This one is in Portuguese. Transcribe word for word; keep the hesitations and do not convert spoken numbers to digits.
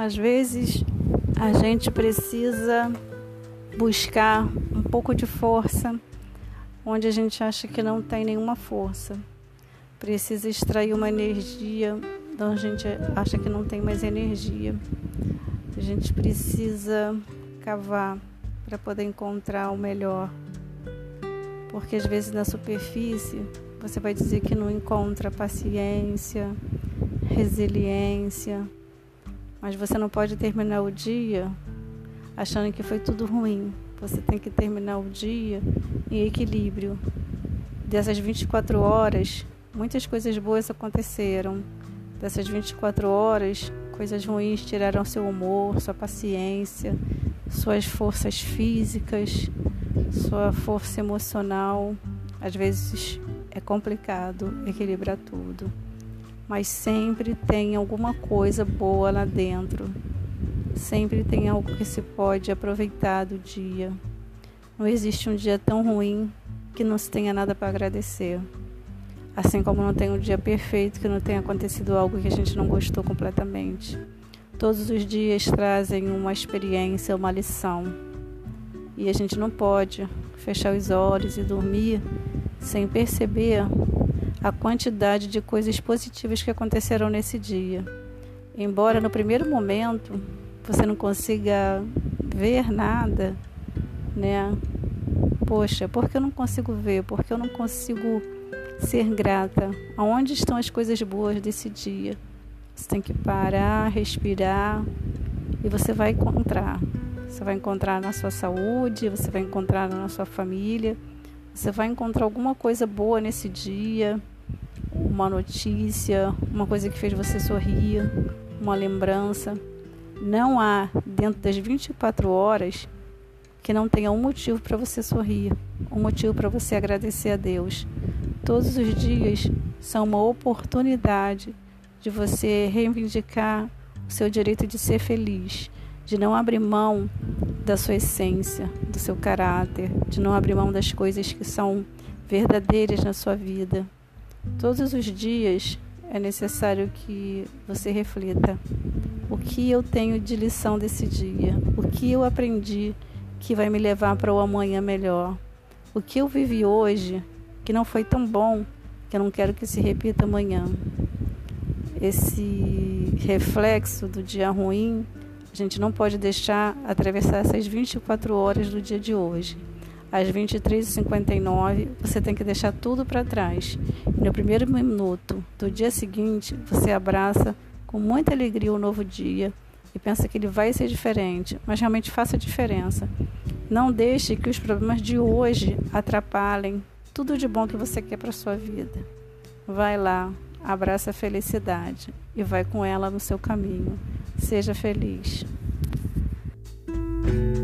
Às vezes, a gente precisa buscar um pouco de força onde a gente acha que não tem nenhuma força. Precisa extrair uma energia onde a gente acha que não tem mais energia. A gente precisa cavar para poder encontrar o melhor. Porque às vezes na superfície você vai dizer que não encontra paciência, resiliência, mas você não pode terminar o dia achando que foi tudo ruim. Você tem que terminar o dia em equilíbrio. Dessas vinte e quatro horas, muitas coisas boas aconteceram. Dessas vinte e quatro horas, coisas ruins tiraram seu humor, sua paciência, suas forças físicas, sua força emocional. Às vezes é complicado equilibrar tudo, mas sempre tem alguma coisa boa lá dentro. Sempre tem algo que se pode aproveitar do dia. Não existe um dia tão ruim que não se tenha nada para agradecer. Assim como não tem um dia perfeito que não tenha acontecido algo que a gente não gostou completamente. Todos os dias trazem uma experiência, uma lição. E a gente não pode fechar os olhos e dormir sem perceber a quantidade de coisas positivas que aconteceram nesse dia. Embora no primeiro momento você não consiga ver nada, né? Poxa, por que eu não consigo ver? Por que eu não consigo ser grata? Aonde estão as coisas boas desse dia? Você tem que parar, respirar e você vai encontrar. Você vai encontrar na sua saúde, você vai encontrar na sua família, você vai encontrar alguma coisa boa nesse dia, uma notícia, uma coisa que fez você sorrir, uma lembrança. Não há dentro das vinte e quatro horas que não tenha um motivo para você sorrir, um motivo para você agradecer a Deus. Todos os dias são uma oportunidade de você reivindicar o seu direito de ser feliz, de não abrir mão da sua essência, do seu caráter, de não abrir mão das coisas que são verdadeiras na sua vida. Todos os dias é necessário que você reflita: o que eu tenho de lição desse dia? O que eu aprendi que vai me levar para o amanhã melhor? O que eu vivi hoje que não foi tão bom que eu não quero que se repita amanhã? Esse reflexo do dia ruim, a gente não pode deixar atravessar essas vinte e quatro horas do dia de hoje. Às vinte e três e cinquenta e nove, você tem que deixar tudo para trás. E no primeiro minuto do dia seguinte, você abraça com muita alegria o novo dia e pensa que ele vai ser diferente, mas realmente faça a diferença. Não deixe que os problemas de hoje atrapalhem tudo de bom que você quer para a sua vida. Vai lá, abraça a felicidade e vai com ela no seu caminho. Seja feliz.